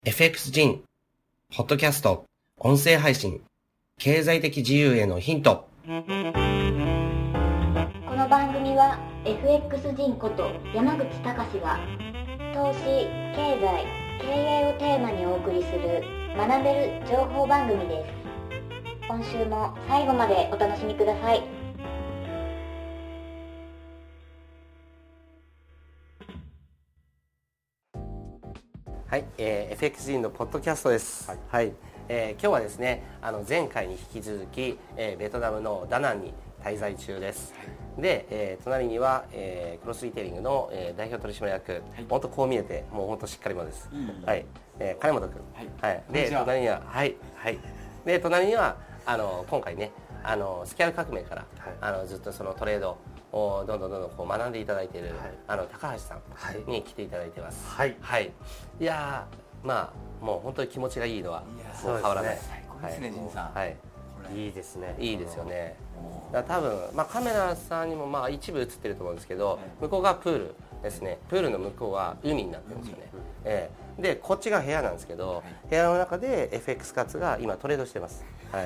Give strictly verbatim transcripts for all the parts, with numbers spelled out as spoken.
エフエックス ジン、ポッドキャスト、音声配信、経済的自由へのヒント。 この番組は エフエックス ジンこと山口隆が投資、経済、経営をテーマにお送りする学べる情報番組です。今週も最後までお楽しみください。 はい、えー、エフエックス ジンのポッドキャストです。はい、はい、えー、今日はですね、あの前回に引き続き、えー、ベトナムのダナンに滞在中です。はい、で、えー、隣には、えー、クロスリテイリングの、えー、代表取締役、はい、本当こう見えてもう本当しっかり者です。いいはい、えー、金本君。はい。はい、で隣にははいはいで隣にはあの今回ねあのスキャル革命から、はい、あのずっとそのトレードをどんどんどんどんこう学んでいただいている、はい、あの高橋さんに来ていただいてます。はい、はい、いやまあもう本当に気持ちがいいのはもう変わらない。 最高ですね、陣さん。 はい、 いいですね。 いいですよね。だ多分まあカメラさんにもまあ一部映ってると思うんですけど、向こうがプールですね。プールの向こうは海になってるんですよね。ええ、でこっちが部屋なんですけど、部屋の中で エフエックス カツが今トレードしてます。はい。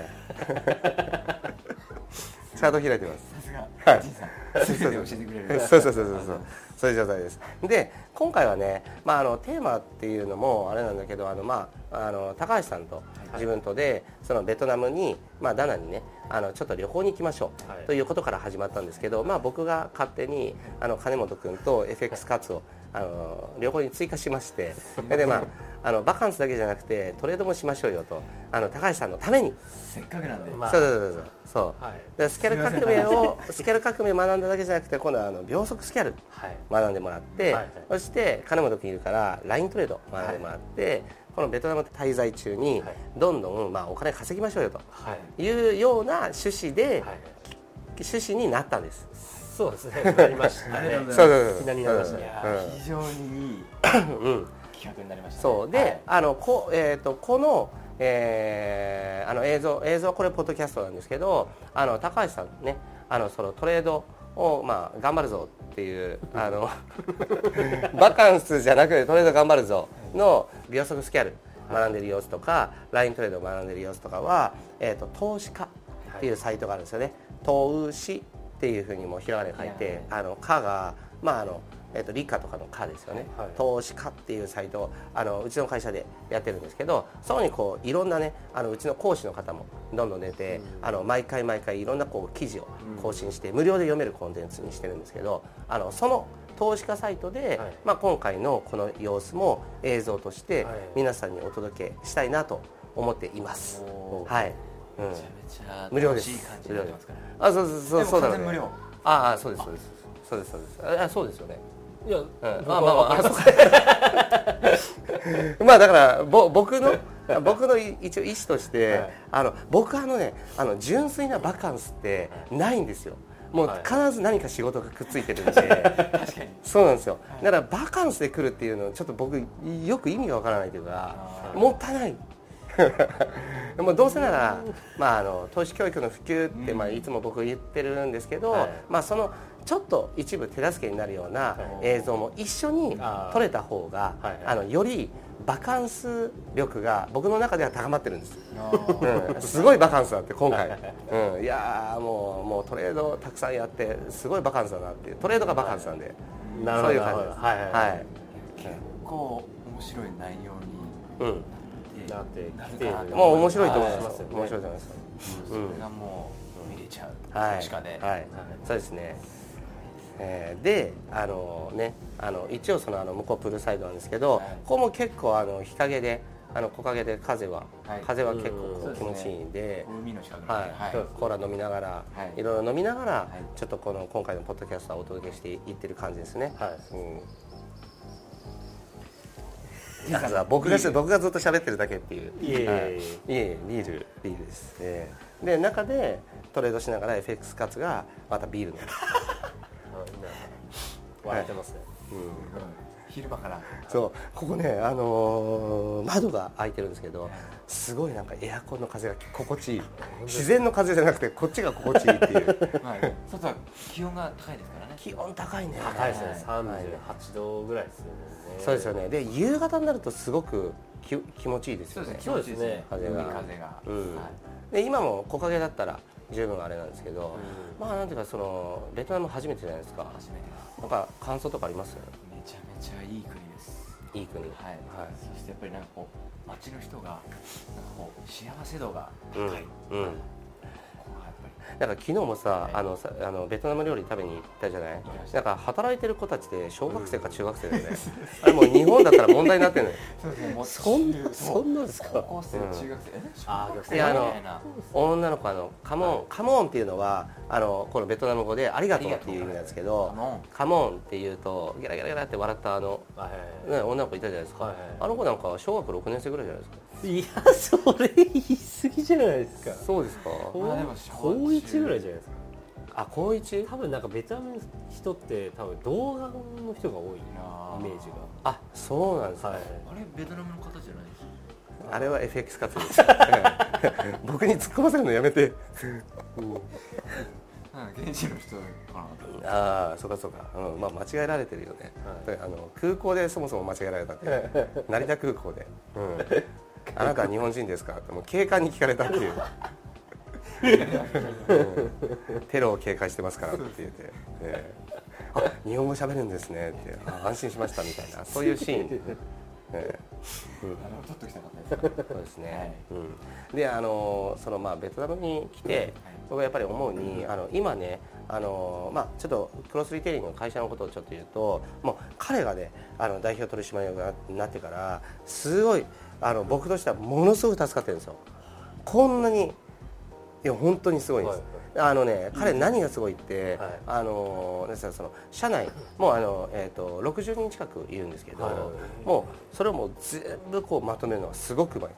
チャート開いてます。 さすが、はい、先生で教えてくれる。 そうそうそうそうそう、そういう状態です。で、今回はね、まああのテーマっていうのもあれなんだけど、あのまああの高橋さんと自分とでそのベトナムにまあダナンにね、あのちょっと旅行に行きましょう、はい、ということから始まったんですけど、まあ僕が勝手にあの金本君と エフエックス カツをあの旅行に追加しまして、でまああのバカンスだけじゃなくてトレードもしましょうよと、あの高橋さんのために。 せっかくなんで。 そうそうそうそう。はい、でスキャル革命をスキャル革命学んだだけじゃなくて、今度はあの秒速スキャル学んでもらって、はいはい、そして金本君いるからライントレード学んでもらって、はい、このベトナム滞在中にどんどんまあお金稼ぎましょうよというような趣旨で、はい、趣旨になったんです。 そうですね。なりましたね。 そうそうそう。 気になりました。 いや、うん、非常にいい企画になりましたね。 そうで、はい、あのこえっ、ー、とこのえー、あの映像映像はこれポッドキャストなんですけど、あの高橋さんね、あのそのトレードをまあ頑張るぞっていうあのバカンスじゃなくてトレード頑張るぞの秒速スキャル学んでる様子とか、ライントレードを学んでる様子とかは、えーと投資家っていうサイトがあるんですよね。投資っていうふうにもひらがなで書いて、あの科がまああのえー、と理科とかの科ですよね、はい、投資家っていうサイトをあのうちの会社でやってるんですけど、そこにこういろんなねあのうちの講師の方もどんどん出て、うん、あの毎回毎回いろんなこう記事を更新して、うん、無料で読めるコンテンツにしてるんですけど、あのその投資家サイトで、はい、まあ、今回のこの様子も映像として皆さんにお届けしたいなと思っています。はい、うん、 めちゃめちゃ無料です。 楽しい感じになってますから。 あ、そうそうそうそうだね。 無料。 ああ、そうですそうですそうですそうです。あ、そうですよね。いや、うん、 まあまあまあ、 まあだからぼ僕の僕の一応意思として、はい、あの僕はあのねあの純粋なバカンスってないんですよ。もう必ず何か仕事がくっついてるんで、はい、確かにそうなんですよ。だからバカンスで来るっていうのはちょっと僕よく意味がわからないというか、もったいない。でもどうせなら、まあ、あの投資教育の普及って、まあ、いつも僕言ってるんですけど、はい、まあ、そのちょっと一部手助けになるような映像も一緒に撮れた方が、はい、あのよりバカンス力が僕の中では高まってるんです。うん、すごいバカンスだって今回、うん、いやもうもうトレードたくさんやってすごいバカンスだなっていう、トレードがバカンスなんで、はい、そういう感じです。はいはいはい、 結構面白い内容に、うんなってきている。 もう面白いと思います。面白いと思います。 それがもう見れちゃう。 はい。 確かね。 はい。そうですね。えー、で、あのね、あの一応そのあの向こうプールサイドなんですけど、はい、ここも結構あの日陰で、あの木陰で風は、はい、風は結構気持ちいいんで、 海の近くで、 はい、コーラ飲みながら、はい、いろいろ飲みながら、はい、ちょっとこの今回のポッドキャストはお届けしていってる感じですね。はい。うん、僕が僕がずっと喋ってるだけっていう。いえいえ、はい、いえいえ、ビールビールです。えー、で中でトレードしながら エフエックス カツがまたビールの。 笑ってますね。 うん、 昼間からそうここね、あのー、窓が開いてるんですけど、すごいなんかエアコンの風が心地いい自然の風じゃなくてこっちが心地いいっていう、 まあ、外は気温が高いですからね。 気温高いね。 高いですね、さんじゅうはちどぐらいですよね。 そうですよね。で夕方になるとすごくき気持ちいいですよね。 そうですね、 風が、 海風が、 うん、 はい、 で今も木陰だったら十分あれなんですけど、うん、まあなんていうかそのベトナム初めてじゃないですか。 初めてです。 なんか感想とかあります？ めちゃめちゃいい国です。 いい国。はい。 はい、そしてやっぱりなんかこう街の人がなんかこう幸せ度が高い。うん。うん、 なんか昨日もさ、はい、あのさあのベトナム料理食べに行ったじゃない。なんか働いてる子たちで小学生か中学生だよね。うん、あれもう日本だったら問題になってるのよ。そんなそんなんですか。 高校生、中学生、うん、あ学生いやあの女の子あのカモン、はい、カモンっていうのはあのこのベトナム語でありがとうっていう意味なんですけど、カモンっていうとギラギラギラって笑ったあの、はいね、女の子いたじゃないですか。はい、あの子なんか小学ろくねん生ぐらいじゃないですか。 いやそれ言い過ぎじゃないですか。 そうですか。 高いちぐらいじゃないですか。 あ、高いち？ 多分なんかベトナムの人って多分動画の人が多いなイメージが。 あ、そうなんですか。はい、 あれベトナムの方じゃないですか。 あれは エフエックス 活動です。僕に突っ込ませるのやめて。 現地の人かな。ああ、そうかそうか。うん、まあ間違えられてるよね。はい、あの空港でそもそも間違えられたって。成田空港で。うん、あなたは日本人ですかってもう警官に聞かれたっていう。うん、テロを警戒してますからって言って、えー、あ、日本語喋るんですねって安心しましたみたいなそういうシーン。えーうん、 撮っときたかったです。 そうですね。はい、うん、で、あのそのまあベトナムに来て、はい、僕はやっぱり思うに、あの今ね、あのまあちょっとクロスリテイリングの会社のことをちょっと言うと、もう彼がね、あの代表取締役になってからすごいあの僕としてはものすごく助かってるんですよ。こんなにいや本当にすごいです。はい、あのね、彼何がすごいって、はい、あのですからその社内もうあのえっ、ー、とろくじゅうにん近くいるんですけど、はい、もうそれをもう全部こうまとめるのがすごくうまい。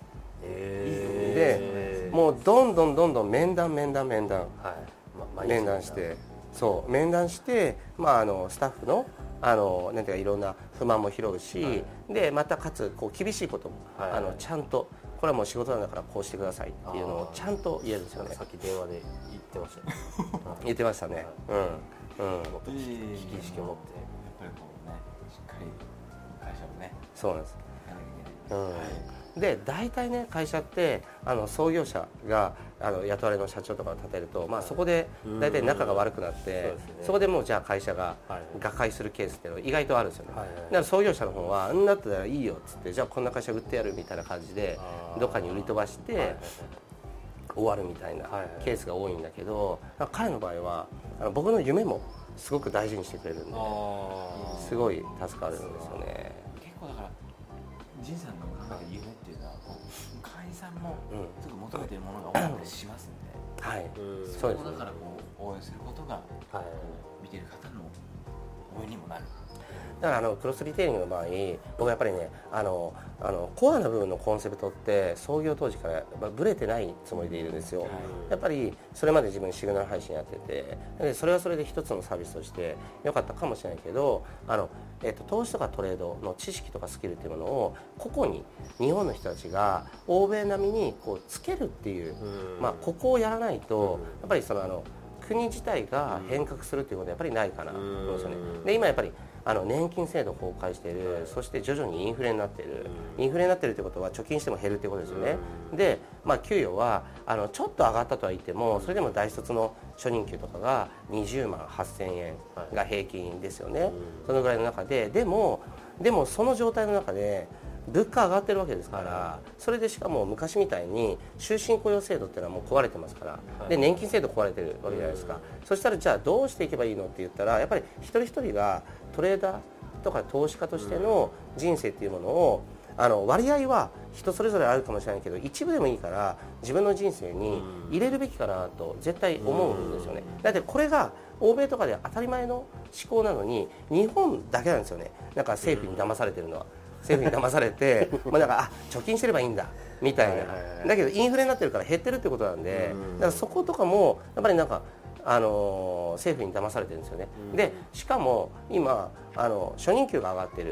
で、もうどんどんどんどん面談面談面談、はいま、面談して、そう面談して、まああのスタッフのあのなんていうかいろんな不満も拾うし、はい、でまたかつこう厳しいことも、はい、あのちゃんと。これはもう仕事なんだからこうしてくださいっていうのをちゃんと言えるんですよね。 さっき電話で言ってましたね。 言ってましたね。うんうん。もっと危機意識を持って、 やっぱりこうね、しっかり会社をね。 そうなんです。うん。はい、で大体ね会社ってあの創業者があの雇われの社長とかを立てると、まあそこで大体仲が悪くなって、そこでもうじゃあ会社が瓦解するケースっていうのは意外とあるんですよね。だから創業者の方は「んだったらいいよ」っつって「じゃあこんな会社売ってやる」みたいな感じでどっかに売り飛ばして終わるみたいなケースが多いんだけど、彼の場合はあの僕の夢もすごく大事にしてくれるんですごい助かるんですよね。 結構だから仁さんの夢っていうのは会員さんもすぐ求めているものが多かったりしますんで、 はい、 そこだからこう応援することが見ている方の応援にもなる。 だからあのクロスリテイリングの場合、僕はやっぱりね、あのあのコアな部分のコンセプトって創業当時からブレてないつもりでいるんですよ。はい、やっぱりそれまで自分シグナル配信やってて、でそれはそれで一つのサービスとして良かったかもしれないけど、あのえっと投資とかトレードの知識とかスキルっていうものを個々に日本の人たちが欧米並みにこうつけるっていう、まあここをやらないとやっぱりそのあの国自体が変革するっていうことはやっぱりないかなと思うんですよね。で今やっぱりあの年金制度崩壊している、そして徐々にインフレになっている、インフレになっているということは貯金しても減るということですよね。で、まあ、給与はあのちょっと上がったとは言っても、それでも大卒の初任給とかがにじゅうまんはっせんえんが平均ですよね。そのぐらいの中で、でもでもその状態の中で物価上がってるわけですから、それでしかも昔みたいに終身雇用制度っていうのはもう壊れてますから、で年金制度壊れてるわけじゃないですか。そしたらじゃあどうしていけばいいのって言ったら、やっぱり一人一人がトレーダーとか投資家としての人生っていうものを、あの割合は人それぞれあるかもしれないけど、一部でもいいから自分の人生に入れるべきかなと絶対思うんですよね。だってこれが欧米とかで当たり前の思考なのに、日本だけなんですよね。なんか政府に騙されてるのは。政府に騙されてまあなんかあ貯金してればいいんだみたいな、だけどインフレになってるから減ってるってことなんで、だからそことかもやっぱりなんかあの政府に騙されてるんですよね。でしかも今あの初任給が上がってる、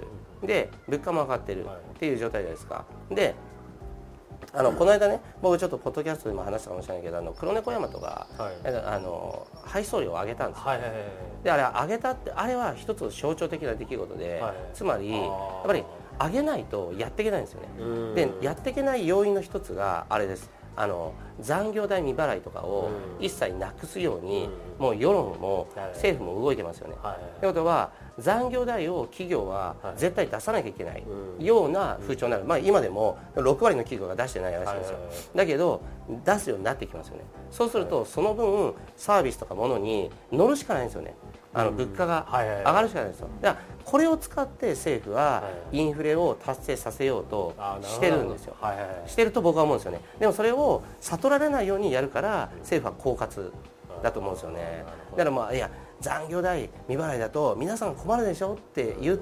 で物価も上がってるっていう状態じゃないですか。であのこの間ね、僕ちょっとポッドキャストでも話したかもしれないけど、あの黒猫大和が、はい、あの配送料を上げたんですよ、はいはいはい、であれ上げたって、あれは一つ象徴的な出来事で、はい、つまりやっぱり上げないとやっていけないんですよね。でやっていけない要因の一つがあれです。あの残業代未払いとかを一切なくすように、もう世論も政府も動いてますよね。と、はい、いうことは残業代を企業は絶対出さなきゃいけないような風潮になる、まあ、今でもろくわりの企業が出してないらしいんですよ。だけど出すようになってきますよね。そうするとその分サービスとかものに乗るしかないんですよね。あの物価が上がるしかないんですよ。だからこれを使って政府はインフレを達成させようとしてるんですよ。してると僕は思うんですよね。でもそれを悟られないようにやるから政府は狡猾だと思うんですよね。だからまあいや残業代未払いだと皆さん困るでしょって言って、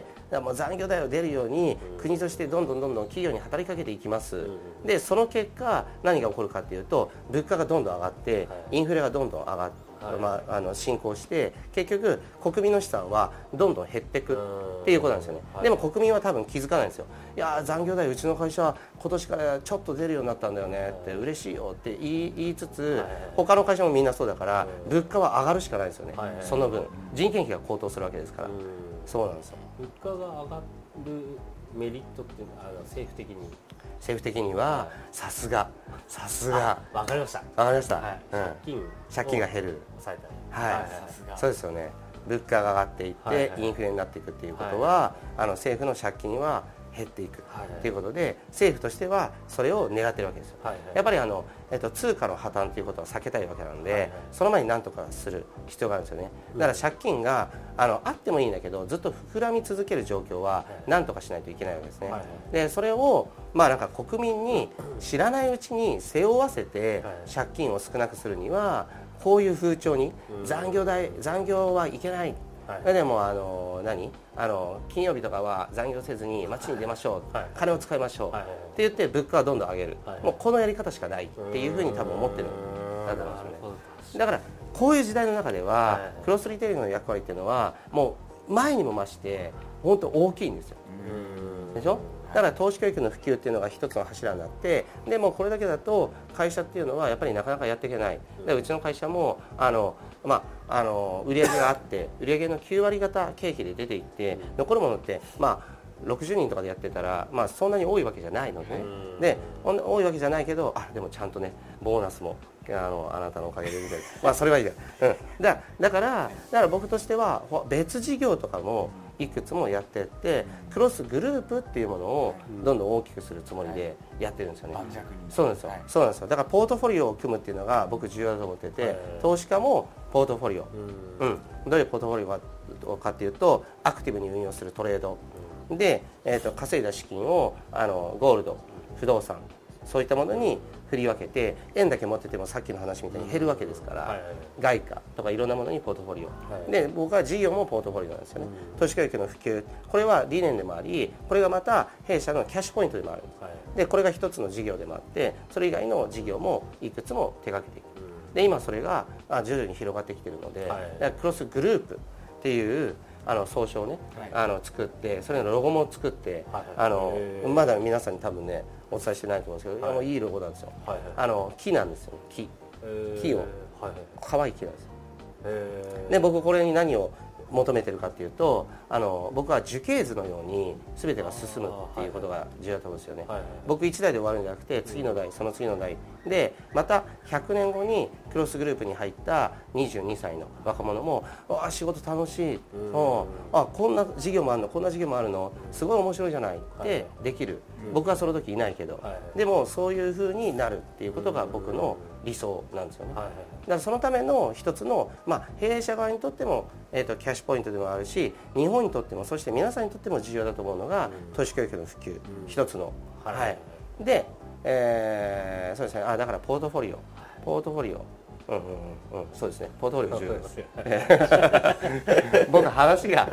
もう残業代を出るように国としてどんどんどんどん企業に働きかけていきます。でその結果何が起こるかっていうと、物価がどんどん上がってインフレがどんどん上がって、まあ、あの進行して、結局国民の資産はどんどん減っていくっていうことなんですよね。でも国民は多分気づかないんですよ。いや残業代うちの会社今年からちょっと出るようになったんだよねって、嬉しいよって言い、言いつつ、他の会社もみんなそうだから物価は上がるしかないですよね。その分人件費が高騰するわけですから。そうなんですよ。 物価が上がるメリットってあの政府的に政府的にはさすがさすがわかりましたわかりました、 はい、うん、借金借金が減る、 抑えたはい、はい、そうですよね。物価が上がっていって、はいはい、インフレになっていくっていうことは、はい、あの政府の借金は減っていくということで、はいはい、政府としてはそれを願ってるわけですよ、はいはい、やっぱりあの、えっと、通貨の破綻ということは避けたいわけなんで、はいはい、その前に何とかする必要があるんですよね。だから借金があのあってもいいんだけどずっと膨らみ続ける状況は何とかしないといけないわけですね、はいはい、でそれをまあなんか国民に知らないうちに背負わせて借金を少なくするにはこういう風潮に残業代残業はいけない、はい、でもあの何あの金曜日とかは残業せずに街に出ましょう、はい、金を使いましょう、はい、って言って物価はどんどん上げる、はい、もうこのやり方しかないっていうふうに多分思ってるんだと思うんですよね。だからこういう時代の中では、はい、クロスリテイリングの役割っていうのはもう前にも増して本当大きいんですよ。でしょ。だから投資教育の普及っていうのが一つの柱になって、でもこれだけだと会社っていうのはやっぱりなかなかやっていけない。でうちの会社もあの、まあ、あの売上があって売上のきゅうわり方経費で出ていって残るものってまあろくじゅうにんとかでやってたら、まあ、そんなに多いわけじゃないので、ね、で多いわけじゃないけど、あでもちゃんとねボーナスもあのあなたのおかげでみたいな、まあそれはいいや、うん、だ, だからだから僕としては別事業とかもいくつもやっていってクロスグループっていうものをどんどん大きくするつもりでやってるんですよね。そうなんですよ、はい、そうなんですよ。だからポートフォリオを組むっていうのが僕重要だと思ってて、はい、投資家もポートフォリオ、うん、どういうポートフォリオかっていうとアクティブに運用するトレードで、えー、と稼いだ資金をあのゴールド不動産そういったものに振り分けて、円だけ持っててもさっきの話みたいに減るわけですから、はいはい、外貨とかいろんなものにポートフォリオ、はい、で僕は事業もポートフォリオなんですよね、うん、投資教育の普及、これは理念でもあり、これがまた弊社のキャッシュポイントでもある、はい、でこれが一つの事業でもあって、それ以外の事業もいくつも手掛けていく、うん、で今それが徐々に広がってきているので、はい、クロスグループっていうあの総称をね、はい、あの作って、それのロゴも作って、はい、あのまだ皆さんに多分ねお伝えしてないと思うんですけど、はい、もういいロゴなんですよ、はいはい、あの木なんですよ、木木を、はい、可愛い木なんですよ。で僕これに何を求めてるかっていうと、あの僕は樹形図のように全てが進むっていうことが重要だと思うんですよね、はいはい、僕いち代で終わるんじゃなくて次の代、その次の代でまたひゃくねんごにクロスグループに入ったにじゅうにさいの若者も、あ仕事楽しい、うんあこんな事業もあるの、こんな事業もあるの、すごい面白いじゃないってできる、はいはい、僕はその時いないけど、はいはい、でもそういう風になるっていうことが僕の理想なんですよね、はいはい、だからそのための一つの、まあ、経営者側にとっても、えーと、キャッシュポイントでもあるし、日本にとっても、そして皆さんにとっても重要だと思うのが、うん、投資教育の普及、うん、一つの、はいはい、で、えー、そうですね、あだからポートフォリオポートフォリオうんうんうん、そうですね、ポートフォリオ重要です僕話が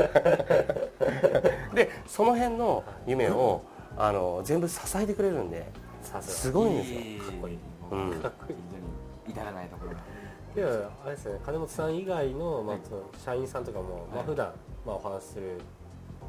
でその辺の夢をあの全部支えてくれるんですごいんですよ。かっこいい、うん、かっこいい、 至らないところが。 いやあれですね、金本さん以外の、まあ、その社員さんとかも、まあ、普段、まあ、お話しする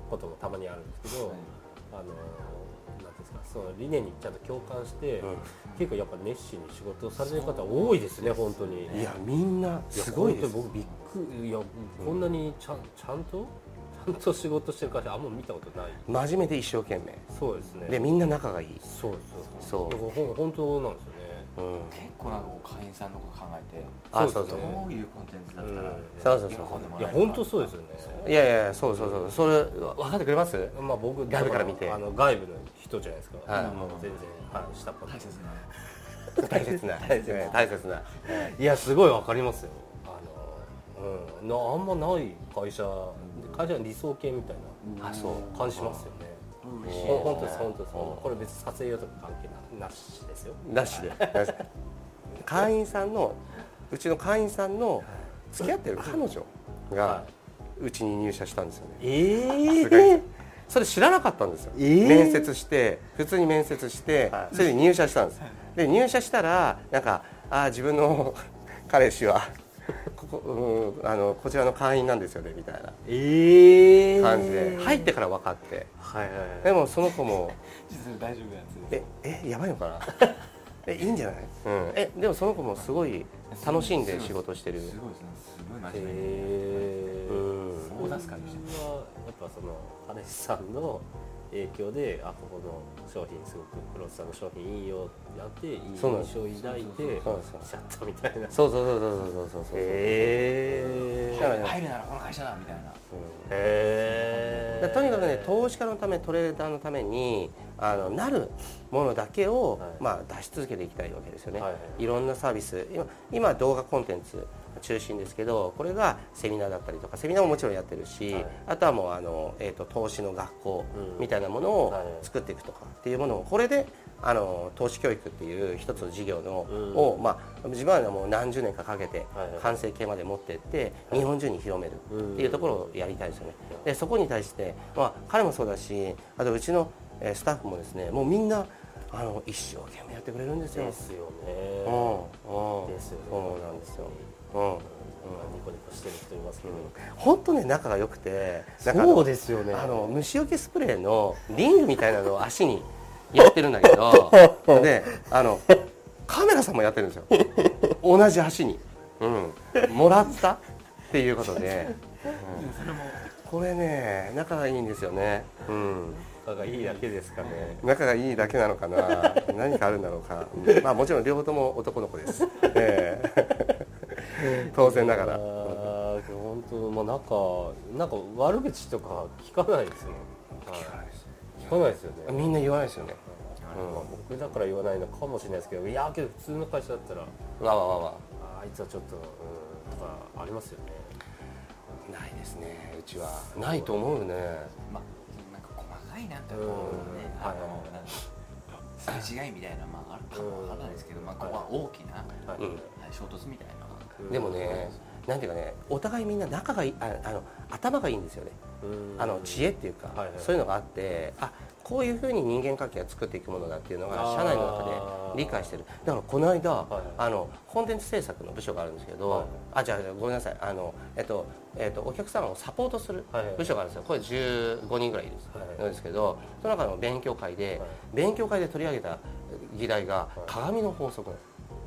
こともたまにあるんですけど、はい、あのなんですか、その理念にちゃんと共感して、うん、結構やっぱ熱心に仕事をされてる方多いですね本当に。 いやみんなすごいです。 僕びっくり、いやこんなにちゃんちゃんとちゃんと仕事してる会社あんま見たことない。 真面目で一生懸命。 そうですね。 でみんな仲がいい。 そうですそう。そう本当なんですよね。 うん、結構なんか会員さんのこと考えて、 あ、そうそう、 どういうコンテンツだったら、 そうそうそう、 いや本当そうですよね。 いやいやそうそうそう、それ分かってくれます？ まあ僕外部から見て、 あの外部の人じゃないですか。 はい、 もう全然はい下っ端。 大切な大切な大切な大切な。 いやすごい分かりますよ。あのうんなあんまない会社、会社の理想系みたいな、あそう感じしますよね。本当です本当です。これ別に撮影用とか関係なしですよ。 なしで。会員さんのうちの会員さんの付き合ってる彼女がうちに入社したんですよね。 ええー。 それ知らなかったんですよ。えー、面接して普通に面接してそれで入社したんです。で入社したらなんかあ自分の彼氏はここ、うん、あのこちらの会員なんですよねみたいな感じで入ってから分かって、 はいはいはい、 でもその子も実は大丈夫なやつです。ええやばいのかなえいいんじゃない、うん、えでもその子もすごい楽しんで仕事してる。 すごいですね。すごい真面目に、 えー、 うん、大助かりしてる。やっぱその彼氏さんの影響であここの商品すごく黒田さんの商品いいよってやっていい印象を抱いてしちゃったみたいな。 そうそうそうそうそうそうそう。 へえ。入るならこの会社だみたいな。へえ。とにかくね投資家のためトレーダーのためにあのなるものだけを、はい、まあ出し続けていきたいわけですよね。はいはい、いろんなサービス今今動画コンテンツ中心ですけどこれがセミナーだったりとかセミナーももちろんやってるし、はい、あとはもうあの、えーと、投資の学校みたいなものを作っていくとかっていうものをこれであの投資教育っていう一つの事業の、うん、を、まあ、自分はもう何十年かかけて完成形まで持っていって日本中に広めるっていうところをやりたいですよね。でそこに対して、まあ、彼もそうだしあとうちのスタッフもですねもうみんなあの一生懸命やってくれるんですよ。 ですよね。 うんうん、 ですよね。 そうなんですよ。うんうん、 ニコニコしてる人いますけど、 本当ね仲が良くて、 そうですよね。 あの虫除けスプレーのリングみたいなのを足にやってるんだけど、であのカメラさんもやってるんですよ。同じ足に、うん、もらったっていうことで、うん、これね仲がいいんですよね。うん。 仲がいいだけですかね。 仲がいいだけなのかな。何かあるんだろうか。まあもちろん両方とも男の子です。えー、当然ながら。 本当まあなんかなんか悪口とか聞かないですね。 聞かないです。 聞かないですよね。 みんな言わないですよね。 うん、僕だから言わないのかもしれないですけど、いやけど普通の会社だったらわわわわあいつはちょっと、うん、とかありますよね。 ないですね。うちはないと思うね。 まなんかこうね、あのすれ違いみたいなまああるかもわからないですけど、まあここは大きな衝突みたいな。 でもね、なんていうかね、お互いみんな仲がいい、ああの頭がいいんですよね。あの知恵っていうか、そういうのがあって、あこういうふうに人間関係を作っていくものだっていうのが社内の中で理解してる。だからこの間、あのコンテンツ制作の部署があるんですけど、あじゃあごめんなさい、あのえっとえっとお客様をサポートする部署があるんですよ。これじゅうごにんぐらいいるんですけど、その中の勉強会で勉強会で取り上げた議題が鏡の法則。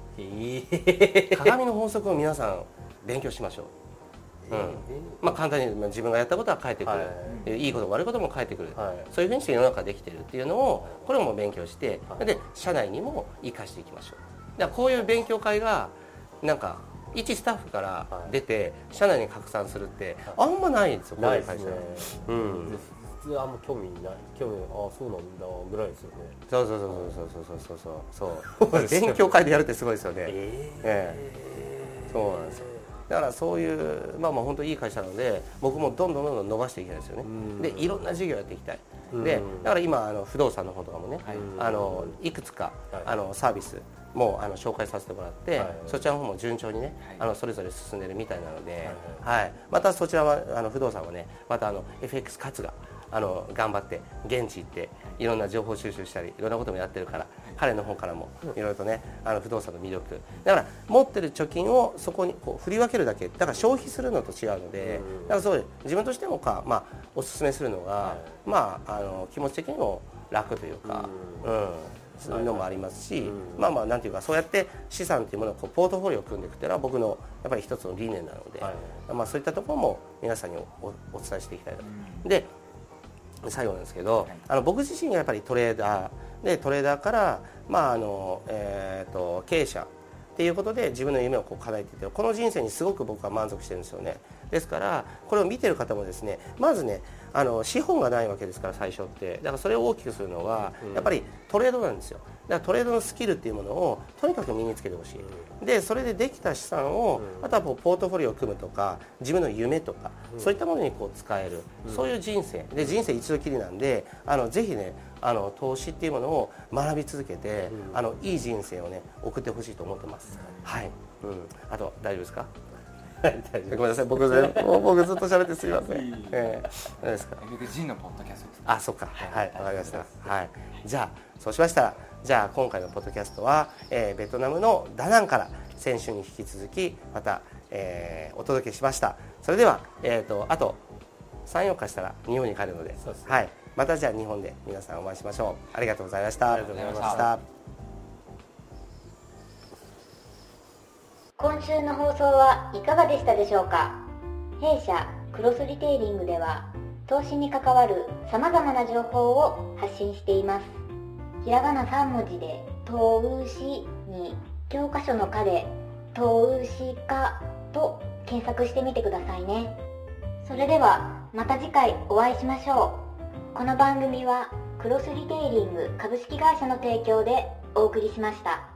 鏡の法則を皆さん勉強しましょう。うんまあ、簡単に自分がやったことは返ってくる、はい、いいことも悪いことも返ってくる、はい、そういうふうにして世の中できてるっていうのをこれも勉強して、はい、で社内にも生かしていきましょう。だからこういう勉強会がなんか一スタッフから出て社内に拡散するってあんまないんですよ、こういう会社。 うん、普通あんま興味ない興味ああそうなんだぐらいですよね。 そうそうそうそうそうそうそうそう勉強会でやるってすごいですよね。えー、えー、そうなんですよ。だからそういうまあまあ本当にいい会社なので僕もどんどんどんどん伸ばしていきたいですよね。でいろんな事業やっていきたい。でだから今あの不動産の方とかもね、あのいくつかあのサービスもあの紹介させてもらって、はい、そちらの方も順調にね、はい、あのそれぞれ進んでるみたいなので、はいはい、またそちらはあの不動産はねまたあの エフエックス 勝があの頑張って現地行っていろんな情報収集したりいろんなこともやってるから、彼の方からもいろいろとねあの不動産の魅力だから持ってる貯金をそこにこう振り分けるだけだから消費するのと違うので、だからそう自分としてもか、まあ、おすすめするのが、まあ、あの気持ち的にも楽というか、うんそういうのもありますし、まあまあなんていうかそうやって資産というものをこうポートフォリオを組んでいくというのは僕のやっぱり一つの理念なので、まあそういったところも皆さんに お, お伝えしていきたいなと。で最後なんですけど、あの僕自身がやっぱりトレーダーでトレーダーから、まああのえー、と経営者っていうことで自分の夢をこう叶えていて、この人生にすごく僕は満足してるんですよね。ですからこれを見てる方もですね、まずねあの資本がないわけですから最初って、だからそれを大きくするのはやっぱりトレードなんですよ。だからトレードのスキルっていうものをとにかく身につけてほしい。でそれでできた資産をあとはこうポートフォリオを組むとか自分の夢とかそういったものにこう使える、そういう人生で人生一度きりなんで、あのぜひねあの投資っていうものを学び続けて、あのいい人生をね送ってほしいと思ってます。はい、うん、あと大丈夫ですか？ごめんなさい、僕ね、もう僕ずっと喋ってすみません。えー、何ですか？ エフエックスジーのポッドキャストです。 あ、そっか。はい、わかりました。はい。じゃあそうしましたら、じゃあ今回のポッドキャストは、えー、ベトナムのダナンから先週に引き続きまた、えー、お届けしました。それではえっ、ー、とあとさん、よっかしたら日本に帰るので、そうですね、はい。またじゃあ日本で皆さんお会いしましょう。ありがとうございました。 ありがとうございました。 今週の放送はいかがでしたでしょうか。弊社クロスリテイリングでは投資に関わるさまざまな情報を発信しています。ひらがなさん文字で投資に教科書の科で投資家と検索してみてくださいね。それではまた次回お会いしましょう。この番組はクロスリテイリング株式会社の提供でお送りしました。